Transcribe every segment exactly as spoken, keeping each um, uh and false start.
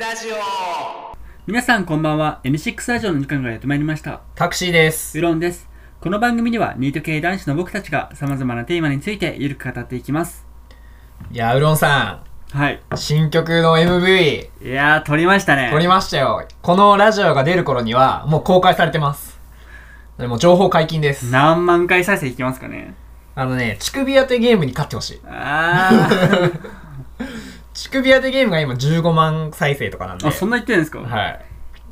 ラジオ。 皆さんこんばんは。 エヌシックス ラジオの時間がやってまいりました。 タクシーです。 ウロンです。この番組ではニート系男子の僕たちが様々なテーマについてゆるく語っていきます。 いやウロンさん、はい新曲の エムブイいやー撮りましたね。 撮りましたよ。このラジオが出る頃にはもう公開されてます。でも情報解禁です。 何万回再生いきますかね。 あのね、乳首当てゲームに勝ってほしい。 あー乳首当てゲームが今じゅうごまん再生とかなんで。 あ、そんな言ってるんですか。 はい。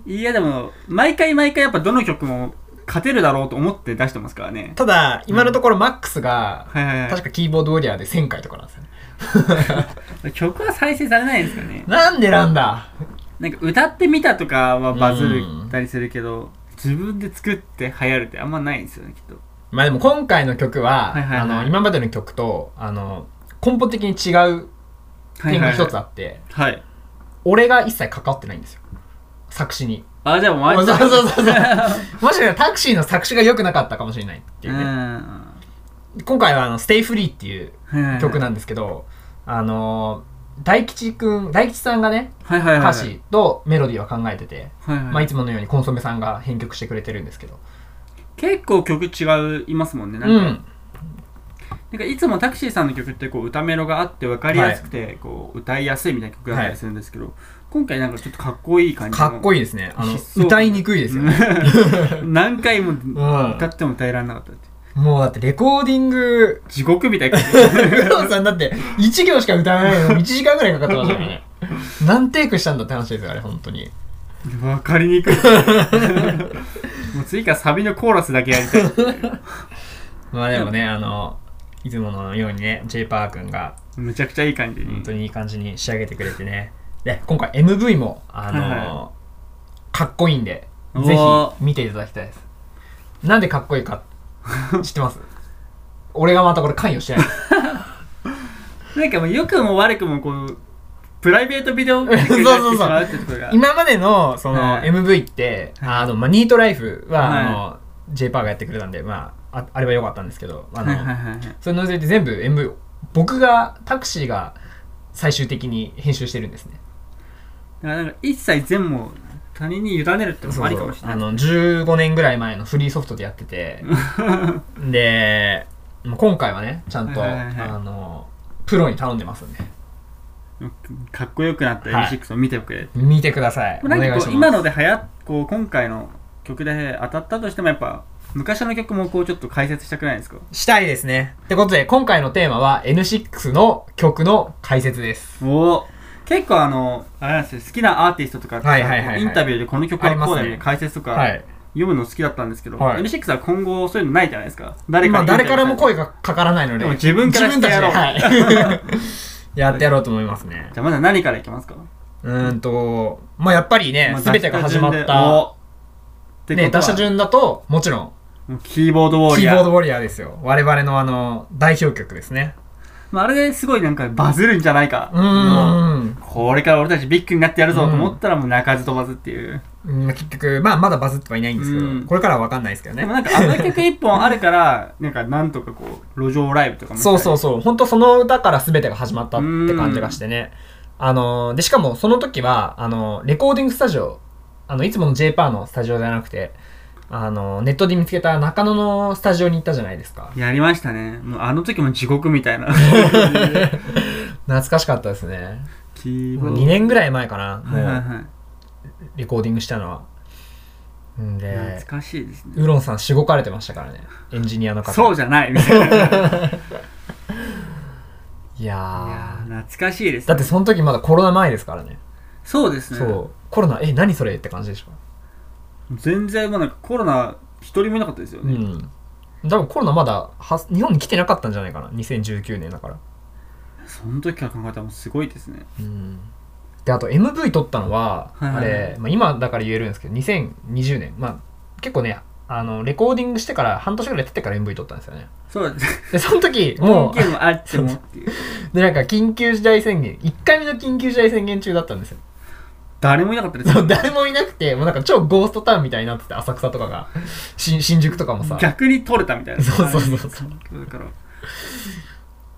いやでも毎回毎回やっぱどの曲も勝てるだろうと思って出してますからね。 ただ今のところマックスが、 うん、はいはいはい、 確かキーボードウォリアーでせんかいとかなんですよね曲は再生されないんですかね。 なんでなんだ。 なんか歌ってみたとかはバズるたりするけど、自分で作って流行るってあんまないんですよね、きっと。 まあでも今回の曲は、 はいはいはい、 あの今までの曲とあの根本的に違う点が一つあって、 はいはいはい、 俺が一切関わってないんですよ、作詞に。 あ、じゃあもう毎日そうそうそうそうもしかしたらタクシーの作詞が良くなかったかもしれないっていうね。う今回はあの「Stay Free」っていう曲なんですけど、はいはいはい、あの大吉くん大吉さんがね、はいはいはいはい、歌詞とメロディーは考えてて、はいはい、まあ、いつものようにコンソメさんが編曲してくれてるんですけど、 結構曲違いますもんね。なんか、うん、なんかいつもタクシーさんの曲ってこう歌メロがあって分かりやすくてこう歌いやすいみたいな曲だったりするんですけど、はい、今回なんかちょっとかっこいい感じの。 かっこいいですね。あの歌いにくいですよね何回も歌っても歌えられなかったって、 うん、もうだってレコーディング地獄みたいなウロンさんだっていち行しか歌わないのにいちじかんぐらいかかってましたよね何テイクしたんだって話ですよ、あれ本当に。 分かりにくいもう次からサビのコーラスだけやりたいまあでもね、あのいつものようにね J パー君がめちゃくちゃいい感じに本当にいい感じに仕上げてくれてね。で今回 エムブイ もあの、はいはい、かっこいいんでぜひ見ていただきたいです。なんでかっこいいか知ってます俺がまたこれ関与してないなんかもう良くも悪くもこうプライベートビデオになってしまうってところが今までのその、はい、エムブイ って、はい、あのまあ、ニートライフは、はい、あの J パーがやってくれたんで、まあ、あ, あれは良かったんですけど、あの、はいはいはいはい、それ除いて全部 エムブイ 僕がタクシーが最終的に編集してるんですね。 だからなんか一切全部他人に委ねるってのもありかもしれない。 そうそう、あのじゅうごねんぐらい前のフリーソフトでやっててで今回はねちゃんと、はいはいはい、あのプロに頼んでますんで、 かっこよくなった エムシックス を見てくれ、はい、 見てください。お願いします。 今のではやこう今回の曲で当たったとしてもやっぱ昔の曲もこうちょっと解説したくないですか。 したいですね。ってことで今回のテーマは エヌシックス の曲の解説です。 お結構あのあれなんですよ、好きなアーティストとか、はいはいはいはい、インタビューでこの曲はこうだよね、解説とか、はい、読むの好きだったんですけど、はい、エヌシックス は今後そういうのないじゃないですか。誰か、 まあ、誰からも声がかからないので、 でも自分からしてやろう、はい、 やってやろうと思いますね。 じゃあまず何からいきますか。 うーんとまあやっぱりね、まあ、全てが始まったね、出した順だともちろんキーボードウォリアー。 キーボードウォリアーですよ。我々のあの代表曲ですね。 まあ、あれですごいなんかバズるんじゃないか、 うーん、 これから俺たちビッグになってやるぞと思ったらもう鳴かず飛ばずっていう、 うん、結局まあまだバズってはいないんですけど、これからは分かんないですけどね。 でもなんかあの曲一本あるからなんかなんとかこう路上ライブとかもそうそうそう、本当その歌から全てが始まったって感じがしてね。あのでしかもその時はあのレコーディングスタジオ、あのいつもの J パーのスタジオじゃなくてあのネットで見つけた中野のスタジオに行ったじゃないですか。 やりましたね。もうあの時も地獄みたいな懐かしかったですね。もうにねんぐらい前かな、もう、はいはいはい、レコーディングしたのは。んで懐かしいですね。 ウロンさんしごかれてましたからね、エンジニアの方。 そうじゃないみたいないやー、いや懐かしいです、ね、 だってその時まだコロナ前ですからね。 そうですね。 そうコロナえ何それって感じでしょ。 全然まだコロナ一人もいなかったですよね。うん。 多分コロナまだは日本に来てなかったんじゃないかな。にせんじゅうきゅうねんだから。 その時から考えたらもうすごいですね。 うん。であと エムブイ 撮ったのは、はいはいはい、あれ、まあ、今だから言えるんですけどにせんにじゅうねん、まあ結構ねあのレコーディングしてから半年ぐらい経ってから エムブイ 撮ったんですよね。 そうです。 でその時もう音源もあってもっていうでなんか緊急事態宣言いっかいめの緊急事態宣言中だったんですよ。 誰もいなかったですよ、 ね、誰もいなくてもうなんか超ゴーストタウンみたいになってて、浅草とかが新宿とかもさ逆に撮れたみたいな。 そうそうそうそう。 だから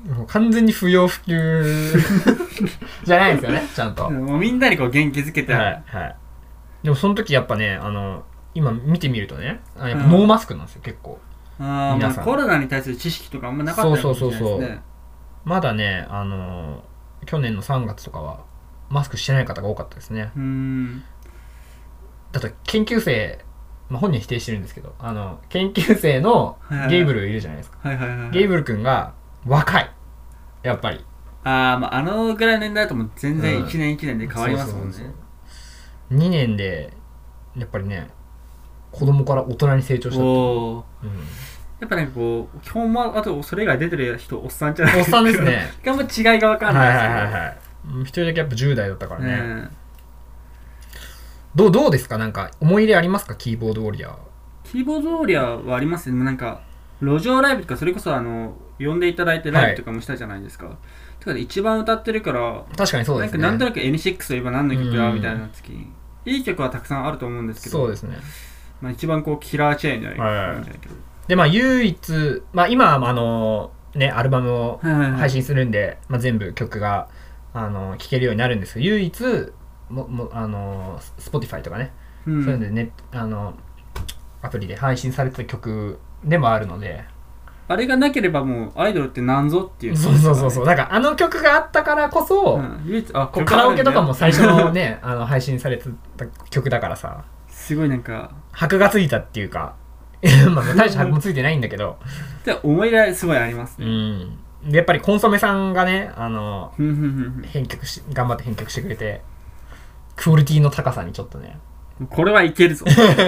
もう完全に不要不急じゃないんですよねちゃんともうみんなにこう元気づけて、 はいはい、でもその時やっぱねあの今見てみるとねやっぱノーマスクなんですよ、うん、結構あ、まあ、コロナに対する知識とかあんまなかったかもしれないですね。そうそうそうそう、 まだねあの去年のさんがつとかはマスクしてない方が多かったですね。 うーん、 だと研究生、まあ、本人否定してるんですけどあの研究生のゲイブルいるじゃないですか、 はいはいはいはい、 ゲイブル君が若いやっぱりあ、まあ、あのぐらいの年代だともう全然いちねんいちねんで変わりますもんね、うん、そうそうそうにねんでやっぱりね子供から大人に成長したっていう、うん、 やっぱなんかこう基本はあとそれ以外出てる人おっさんじゃないですか。 おっさんですねあんま違いが分かんないですけど、 はいはいはいはい、一人だけやっぱじゅう代だったからね、うん、どうどうですか、なんか思い入れありますか、キーボードウォリアー。 キーボードウォリアーはありますね。なんか路上ライブとかそれこそあの呼んでいただいてライブとかもしたじゃないですか、はい、とかで一番歌ってるから確かにそうですね、 なんかなんとなく エヌシックス といえば何の曲だみたいな時にいい曲はたくさんあると思うんですけど、 そうですね、 まあ、一番こうキラーチェーンじゃないかな、はい、 でまあ唯一、まあ、今はあのねアルバムを配信するんで、はいはいはい、まあ、全部曲があの聴けるようになるんですけど、唯一ももあの Spotify とかね、うん、そういうのでねあのアプリで配信されてた曲でもあるので、 あれがなければもうアイドルってなんぞっていう、 そうそうそうそう、なんかあの曲があったからこそ、うん、唯一あこうカラオケとかも最初のねあの配信されてた曲だからさ、 すごいなんか箔がついたっていうかまあ大した箔もついてないんだけどで思い入れすごいありますね、 うん、でやっぱりコンソメさんがねあの編曲し頑張って編曲してくれて、クオリティの高さにちょっとねこれはいけるぞ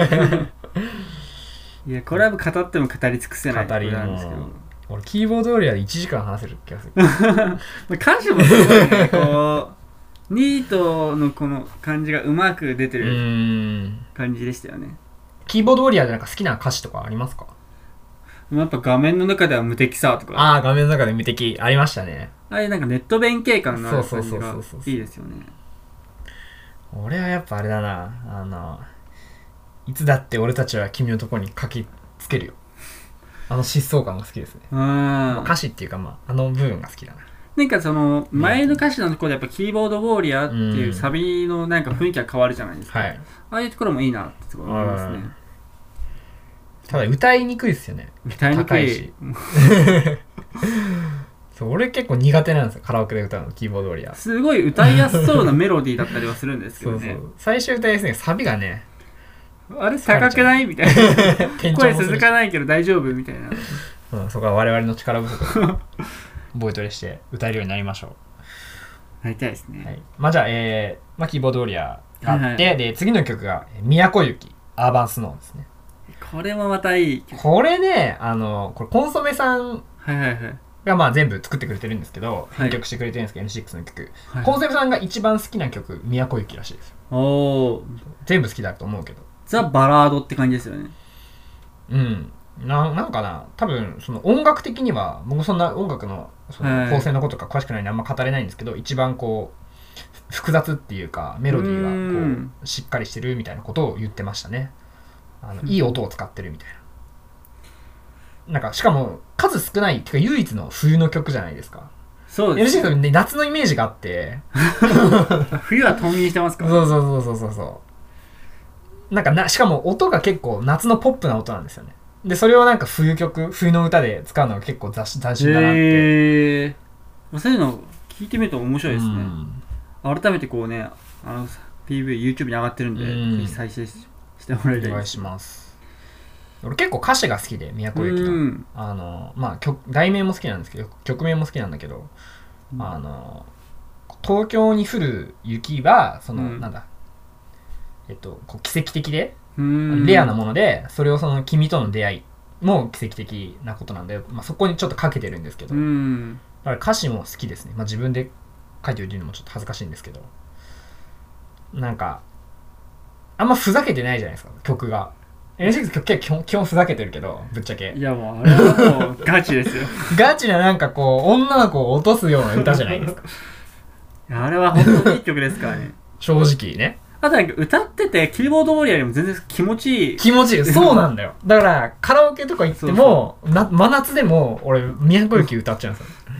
いやこれは語っても語り尽くせない語りなんですけど、俺キーボードよりはいちじかん話せる気がする歌詞もすごいねこうニートのこの感じがうまく出てる感じでしたよね。 キーボードウォリアーでなんか好きな歌詞とかありますか？ やっぱ画面の中では無敵さとか、 ああ画面の中で無敵ありましたね。 あれなんかネット弁慶感のある感じがいいですよね。 俺はやっぱあれだな、あのいつだって俺たちは君のところに書きつけるよ、あの疾走感が好きですね。うん、歌詞っていうか、まあ、あの部分が好きだな。 なんかその前の歌詞のところでやっぱキーボードウォーリアーっていうサビのなんか雰囲気が変わるじゃないですか、うん、はい、ああいうところもいいなってすごい思いますね。 ただ歌いにくいですよね。 歌いにくい、高いしそう俺結構苦手なんですよ、カラオケで歌うのキーボードウォーリアー。 すごい歌いやすそうなメロディーだったりはするんですけどねそうそう最初歌いやすいね、サビがねあれ高くないみたいな声続かないけど大丈夫みたいな、 うん、そこは我々の力不足ボイトレして歌えるようになりましょう。なりたいですね、はい、 まあじゃあ、えーまあ、キーボードウォーリアーがあって、はいはい、で次の曲が都行きアーバンスノーですね。 これもまたいい曲。 これねあのこれコンソメさんがまあ全部作ってくれてるんですけど、はい、編曲してくれてるんですけど エヌシックス の曲、はい、コンソメさんが一番好きな曲都行きらしいですよ。お全部好きだと思うけどザ・バラードって感じですよね。 うんな, なんかな多分その音楽的には僕そんな音楽 の, その構成のことか詳しくないんであんま語れないんですけど、一番こう複雑っていうかメロディーがこうしっかりしてるみたいなことを言ってましたね。あのいい音を使ってるみたいな。なんかしかも数少ないっていうか唯一の冬の曲じゃないですか。そうです、ね、エルシー の夏のイメージがあって冬は冬眠してますか。 そうそうそうそうそうなんかなしかも音が結構夏のポップな音なんですよね。でそれをなんか冬曲冬の歌で使うのが結構斬新だなって、えー、そういうの聞いてみると面白いですね、うん、改めてこうねあの ピーブイ YouTube に上がってるんで、うん、ぜひ再生してもらいたいです。 お願いします。俺結構歌詞が好きで都行きの、うん、あのまあ曲題名も好きなんですけど曲名も好きなんだけど、うん、あの東京に降る雪はその、うん、なんだえっとこう奇跡的でレアなもので、それをその君との出会いも奇跡的なことなんで、まあ、そこにちょっとかけてるんですけど、だから歌詞も好きですね。まあ、自分で書いてるのもちょっと恥ずかしいんですけど、なんかあんまふざけてないじゃないですか曲が。エヌシックス 曲基本基本ふざけてるけどぶっちゃけ。 いやもうあれはもうガチですよ。 ガチななんかこう女の子を落とすような歌じゃないですか。 いやあれは本当にいい曲ですからね。 正直ね。あとなんか歌っててキーボードウォリアーよりも全然気持ちいい。 気持ちいい。そうなんだよ。だからカラオケとか行ってもそうそうな真夏でも俺都行き歌っちゃうんですよ。 めっ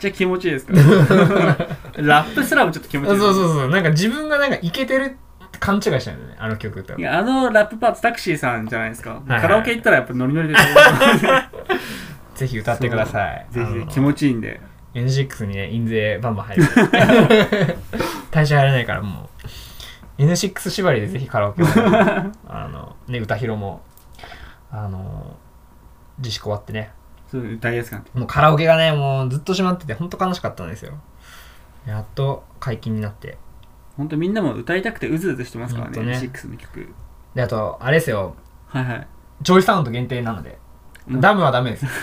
ちゃ気持ちいいですからラップすらもちょっと気持ちいいです。 そうそうそう、なんか自分がなんかイケてる勘違いしたんだよね、あの曲って。 いや、あのラップパートタクシーさんじゃないですか、 はいはい、 カラオケ行ったらやっぱノリノリでぜひ歌ってください。 ぜひ気持ちいいんで。 エヌシックス にね印税バンバン入る大社入れないからもう エヌシックス 縛りでぜひカラオケをあのね歌広もあの自粛終わってね、 そう歌いやすくなって、 もうカラオケがねもうずっと閉まってて本当悲しかったんですよ。やっと解禁になって、 本当みんなも歌いたくてうずうずしてますからね、 ねエヌシックス の曲。 であとあれですよ、 はいはい、 ジョイサウンド限定なのでダムはダメです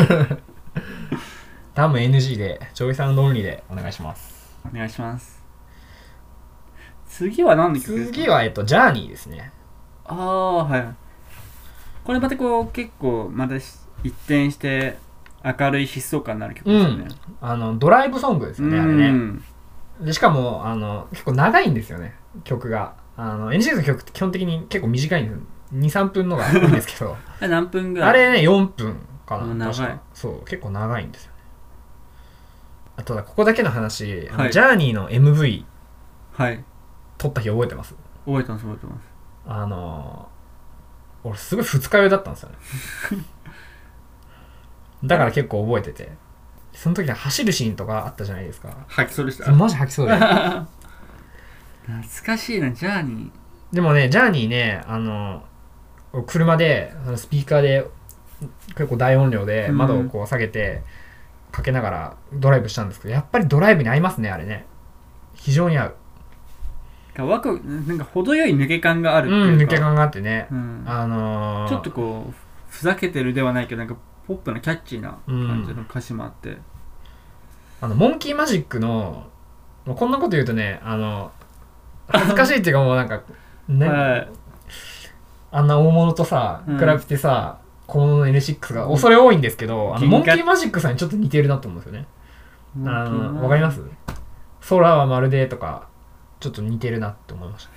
ダム エヌジー でジョイサウンドオンリーでお願いします。 お願いします。次は何の曲ですか？ 次はえっとジャーニーですね。 ああはい。これまたこう結構また一転して明るい疾走感のある曲ですよね、 うん、あのドライブソングですよね、あれね。でしかもあの結構長いんですよね、曲が。あの エヌシー の曲って基本的に結構短いんです。にさんぷんのが多いんですけどあれ何分ぐらい？ あれねよんぷんかな、 長い。 そう結構長いんですよね。あとはここだけの話、 はい、 ジャーニーの エムブイはい撮った日覚えてます？ 覚えてます覚えてます。 あの俺すごい二日酔いだったんですよねだから結構覚えてて、その時に走るシーンとかあったじゃないですか。 吐きそうでした。 マジ吐きそうで懐かしいな、ジャーニー。 でもねジャーニーね、あの車でスピーカーで結構大音量で窓をこう下げてかけながらドライブしたんですけど、やっぱりドライブに合いますね、あれね。非常に合う。 わくなんか程よい抜け感があるっていうか、 うん、抜け感があってね、 うん、 あのー、 ちょっとこうふざけてるではないけど、なんかポップなキャッチーな感じの歌詞もあって、うん、 あのモンキーマジックのこんなこと言うとね、あの恥ずかしいっていうかもうなんかね、はい、あんな大物とさ比べてさ、うん、小物の エヌシックス が恐れ多いんですけど、うん、あのモンキーマジックさんにちょっと似てるなと思うんですよね。あのわかります？空はまるでとかちょっと似てるなって思いました。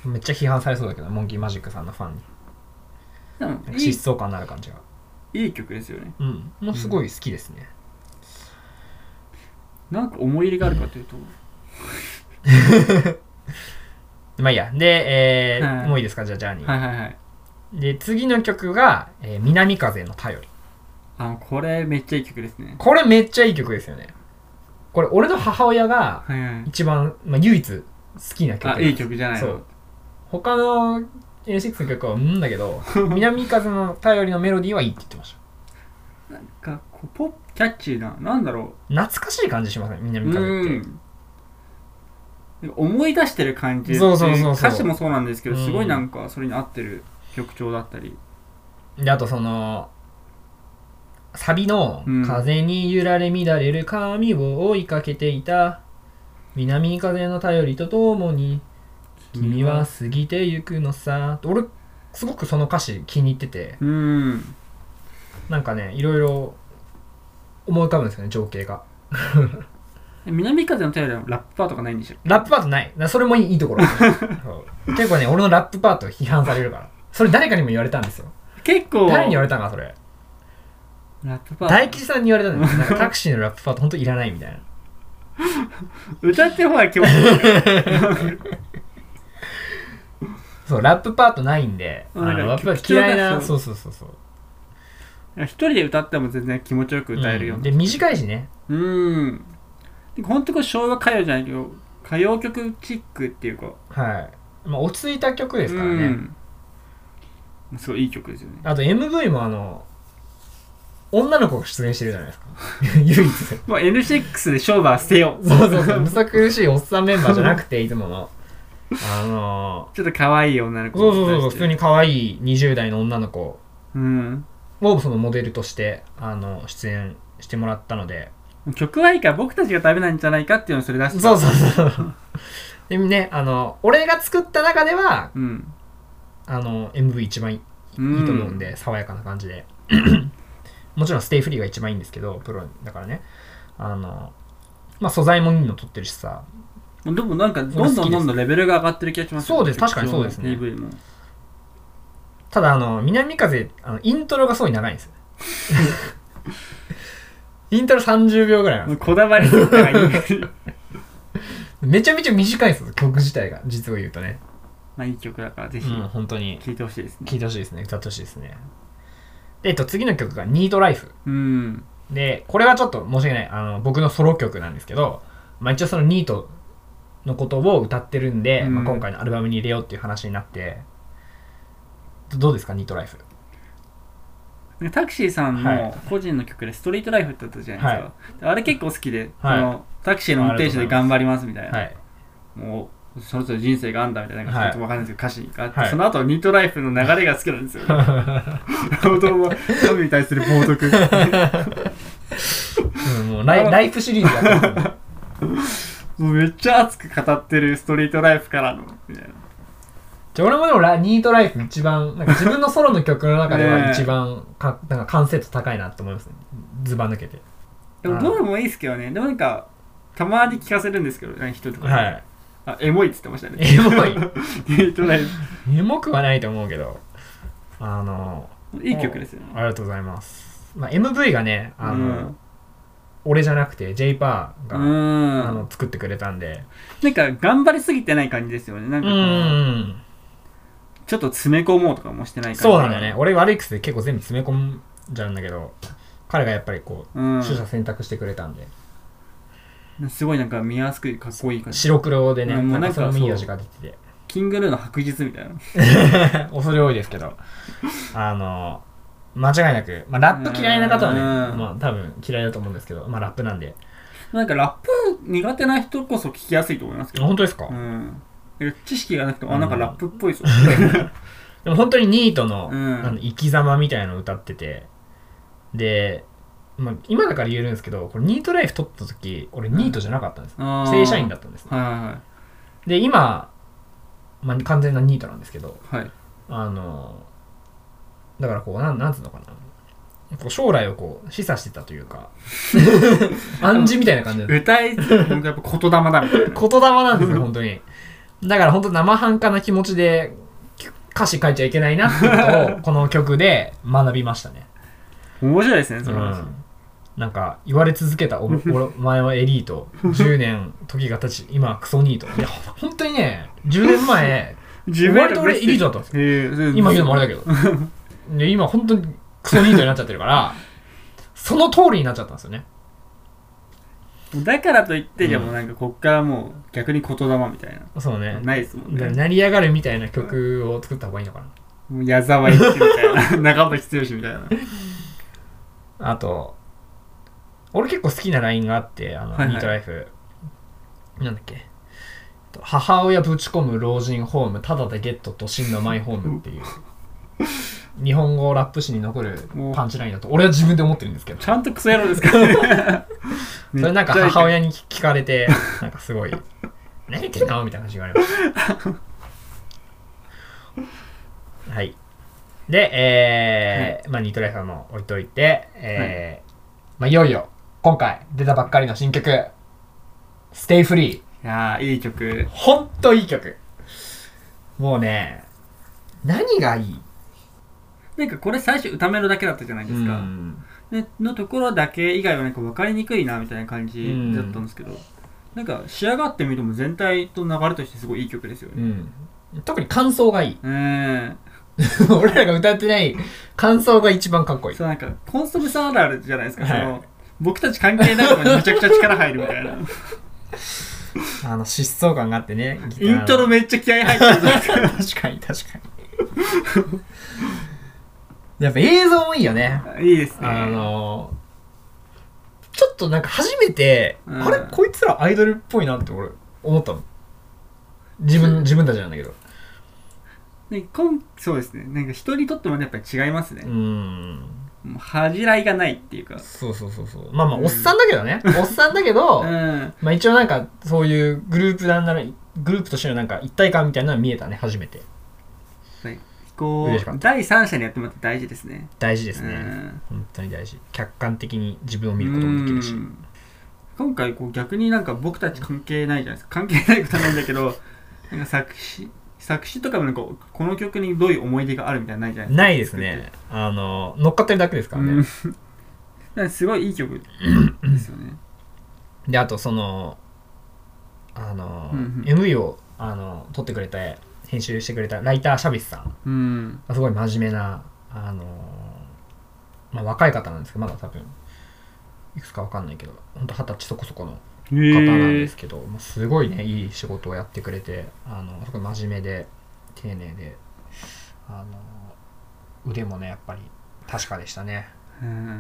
めっちゃ批判されそうだけど、モンキーマジックさんのファンに。でも疾走感のある感じがいい曲ですよね。 うん、もうすごい好きですね、 うん、なんか思い入れがあるかというとまあいいや。で、えーはい、もういいですか、じゃあジャーニー。 はいはいはい。 で次の曲が、えー、南風の便り。 あ、これめっちゃいい曲ですね。 これめっちゃいい曲ですよね。これ俺の母親が一番、はいはい、まあ、唯一好きな曲。 あ、いい曲じゃないの。そう。 他の エヌシックス の曲はうんだけど南風の便りのメロディーはいいって言ってました。 なんかこうポップキャッチーな、なんだろう、懐かしい感じしません、南風って。 思い出してる感じ。 そうそうそうそう。 歌詞もそうなんですけど、すごいなんかそれに合ってる曲調だったり。 であとそのサビの、うん、風に揺られ乱れる髪を追いかけていた南風の便りとともに君は過ぎてゆくのさ。俺すごくその歌詞気に入ってて、うん、なんかねいろいろ思い浮かぶんですよね、情景が南風の便りのラップパートがないんでしょ。 ラップパートない。それもいいところ結構ね俺のラップパート批判されるから。それ誰かにも言われたんですよ。 結構誰に言われたんかそれ。 ラップパート大吉さんに言われたんですよ。なんかタクシーのラップパートほんといらないみたいな歌ってる方が気持ちいいそう、ラップパートないんで、あのラップパート嫌いな。そうそうそうそう。 一人で歌っても全然気持ちよく歌えるよ、うん、 で短いしね。 うーん。ほんとこれ昭和歌謡じゃないけど歌謡曲チックっていうか、 はい。まあ落ち着いた曲ですからね。 うん、すごいいい曲ですよね。 あと エムブイ もあの女の子が出演してるじゃないですか唯一もう エヌシックス で勝負は捨てよう。 そうそうそう、むさ苦しいおっさんメンバーじゃなくていつものあのー、 ちょっと可愛い女の子。 そうそうそう、普通に可愛いにじゅう代の女の子を、 うん、 そのモデルとしてあの出演してもらったので、 曲はいいから僕たちが食べないんじゃないかっていうのをそれ出して。 そうそうそうでもね、あの俺が作った中では、うん、あの エムブイ 一番いい、うん、いいと思うんで、爽やかな感じでもちろんステイフリーが一番いいんですけど、プロだからね、あのまあ素材もいいの撮ってるしさ。 でもなんかどんどんどんどんレベルが上がってる気がします。 そうです、確かにそうですね。 ピーブイ もただあの南風あのイントロがすごい長いんですよイントロさんじゅうびょうぐらいなんです。 こだわりすぎたがいいめちゃめちゃ短いです曲自体が、実を言うとね。 まあいい曲だからぜひ、 うん、本当に聴いてほしいですね。 聴いてほしいですね。歌ってほしいですね。で、えっと、次の曲がニートライフ。 うん。 で、これはちょっと申し訳ない。あの、僕のソロ曲なんですけど、まあ一応そのニートのことを歌ってるんで、うん、まあ、今回のアルバムに入れようっていう話になって、どうですか、ニートライフ。 タクシーさんの個人の曲でストリートライフってあったじゃないですか。はい、あれ結構好きで、はい、そのタクシーの運転手で頑張りますみたいな。はい、もう、それぞれ人生があんだみたいな、ちょっとわかんないですけど、歌詞があって、はい、その後ニートライフの流れが好きなんですよ。本当は神に対する冒涜。うん、もうライライフシリーズだった。もうめっちゃ熱く語ってるストリートライフからのみたいな。 じゃ俺もでもラニートライフ一番なんか自分のソロの曲の中では一番かなんか完成度高いなって思いますね。ズバ抜けて。 でもどれもいいですけどね。でもなんかたまに聞かせるんですけど、ね、人とか、ね。はい。あ、エモいって言ってましたね。 エモい。 ニートライフ。 エモくはないと思うけど、あのいい曲ですよね。 ありがとうございます。まあ エムブイ がね、あの。うん俺じゃなくて J パーがあの作ってくれたんで、 なんか頑張りすぎてない感じですよね。なんかこううんちょっと詰め込もうとかもしてない感じ。 そうなんだよね。俺悪い癖で結構全部詰め込んじゃうんだけど、彼がやっぱりこう取捨選択してくれたんで、 すごいなんか見やすくかっこいい感じ。 白黒でね、うん、なんかそのいい味が出てて、 キングルーの白日みたいな。 恐れ多いですけど、あの。間違いなく、まあ、ラップ嫌いな方はね、まあ、多分嫌いだと思うんですけど、まあ、ラップなんで。 なんかラップ苦手な人こそ聞きやすいと思いますけど。 本当ですか？ うん。知識がなくても、あ、なんかラップっぽいぞ。 でも本当にニートの、うん、あの生き様みたいなのを歌ってて、で、まあ、今だから言えるんですけど、これニートライフ撮った時、俺ニートじゃなかったんです。うん、正社員だったんです、ね。はいはいはい。で、今、まあ、完全なニートなんですけど、はい、あの、だからこう、なん、なんつうのかな。こう将来をこう、示唆してたというか、暗示みたいな感じで。 歌い、僕やっぱ言霊だみたいな。 言霊なんですよ、本当に。だから本当生半可な気持ちで歌詞書いちゃいけないなってことを、この曲で学びましたね。 面白いですね、その話。うん、 なんか、言われ続けたお、お前はエリート、じゅうねん時が経ち、今はクソニート。いや、本当にね、じゅうねんまえ、割と俺エリートだったんですよ。今言うのもあれだけど。で今本当にクソニートになっちゃってるからその通りになっちゃったんですよね。 だからといってでもなんかこっからもう逆に言霊みたいな、 そうね、 ないですもんね。 成り上がるみたいな曲を作った方がいいのかな。 もう矢沢永吉みたいな中渕剛みたいな。 あと俺結構好きなラインがあって、あの、はいはい、ニートライフなんだっけ、母親ぶち込む老人ホームただでゲット都心のマイホームっていう日本語ラップ史に残るパンチラインだと俺は自分で思ってるんですけど、 ちゃんとクソ野郎ですからね。 それなんか母親に聞かれてなんかすごい何言ってんのみたいな感じがありましたはい。で、えーはい、まあニートライフも置いといて、えーはい、まあいよいよ今回出たばっかりの新曲 Stay Free。 いやーいい曲、 ほんといい曲。もうね、何がいい、 なんかこれ最初歌メロだけだったじゃないですか、うん、でのところだけ以外はなんか分かりにくいなみたいな感じだったんですけど、うん、なんか仕上がってみても全体と流れとしてすごいいい曲ですよね、 うん、特に感想がいい、えー、俺らが歌ってない感想が一番かっこいい。 そうなんかコンソメさんあるあるじゃないですか、はい、その僕たち関係ないところにめちゃくちゃ力入るみたいなあの疾走感があってね、 イントロめっちゃ気合入ってる確かに確かにやっぱ映像もいいよね。 いいですね。 あのちょっとなんか初めて、うん、あれこいつらアイドルっぽいなって俺思ったの。自分自分たちなんだけど。 ね、こんそうですね。なんか人にとってもやっぱり違いますね。うん。もう恥じらいがないっていうか。 そうそうそうそう。まあまあ、うん、おっさんだけどね。おっさんだけど、うん、まあ一応なんかそういうグループなんならグループとしてのなんか一体感みたいなのが見えたね、初めて。 はい。こう第三者にやってもらって大事ですね。 大事ですね、うん、本当に大事。客観的に自分を見ることもできるし、 今回こう逆になんか僕たち関係ないじゃないですか。関係ないことなんだけどなんか作詞作詞とかもなんかこの曲にどういう思い出があるみたいなのないじゃないですか。 ないですね。あの乗っかってるだけですからね。 すごいいい曲ですよね。 であとそのあの、 うんうん、 エムブイ をあの撮ってくれて編集してくれたライターシャビスさん、 うん、 すごい真面目なあの、まあ、若い方なんですけどまだ多分いくつか分かんないけど本当二十歳そこそこの方なんですけど、まあ、すごいねいい仕事をやってくれてあのすごい真面目で丁寧であの腕もねやっぱり確かでしたね。うん、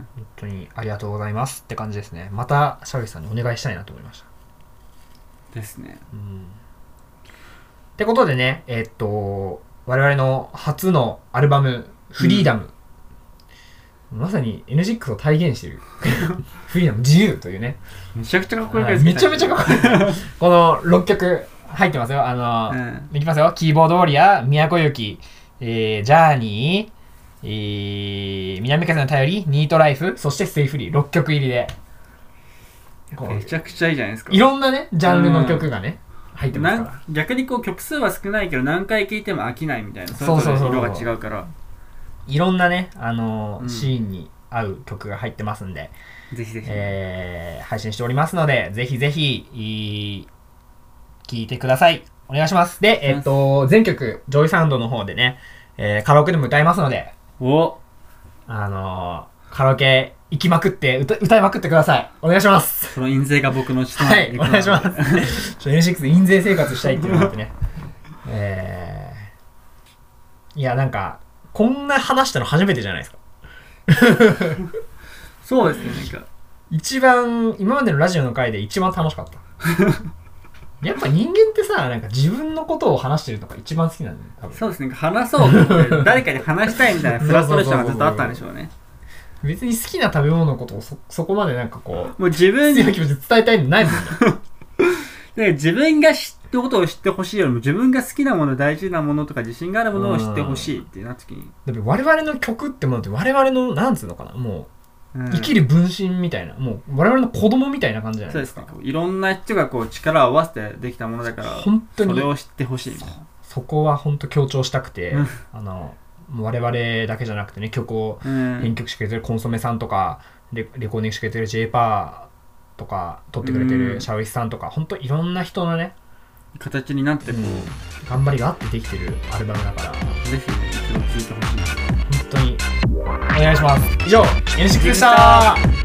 本当にありがとうございますって感じですね。またシャビスさんにお願いしたいなと思いましたですね。 うん、ってことでねえー、っと我々の初のアルバムフリーダム、うん、まさに エヌシックス を体現しているフリーダム自由というねめちゃくちゃかっこいいですね。めちゃめちゃかっこいいこのろっきょく入ってますよ。あの、うん、いきますよ。キーボードウォリアー、都行き、えー、ジャーニー、えー、南風の頼り、ニートライフ、そしてステイフリー、ろっきょく入りでめちゃくちゃいいじゃないですか。 いろんなねジャンルの曲がね、うん、入ってますから。 逆にこう曲数は少ないけど何回聴いても飽きないみたいな、そうそうそう、色が違うからいろんなね、あのーうん、シーンに合う曲が入ってますんで、 ぜひぜひ、 えー、配信しておりますのでぜひぜひ聴いてください。お願いします。で、えっと全曲ジョイサウンドの方でね、えー、カラオケでも歌いますので、 おあのー、カラオケ行きまくって歌、歌いまくってください。お願いします。 その印税が僕の血となっていくので、はい、お願いします。エヌシックス 印税生活したいっていうのがあってね。えー、いやなんかこんな話したの初めてじゃないですか。 そうですね。なんか一番今までのラジオの回で一番楽しかった。やっぱ人間ってさ、なんか自分のことを話してるのが一番好きなんだよ、多分。 そうですね。話そうと思って誰かに話したいみたいなフラストレーションがずっとあったんでしょうね。 別に好きな食べ物のことを そ, そこまでなんかこうもう自分強い気持ちで伝えたいんないもんね。 で自分が知ったことを知ってほしいよりも自分が好きなもの、大事なものとか自信があるものを知ってほしいってなった時に、 だって我々の曲ってものって我々のなんつうのかな、もう、うん、生きる分身みたいな、もう我々の子供みたいな感じじゃないですか。 そうですね。いろんな人がこう力を合わせてできたものだから本当にそれを知ってほしいみたいな。 そ, そこは本当強調したくて、うん、あの我々だけじゃなくてね、曲を編曲してくれてるコンソメさんとか、レ, レコーディングしてくれてる J パーとか撮ってくれてるシャウイスさんとか、本当いろんな人のね形になってこう、うん、 頑張りがあってできてるアルバムだから、ぜひね一度聴いてほしい。 本当にお願いします。以上 エヌシックス でした。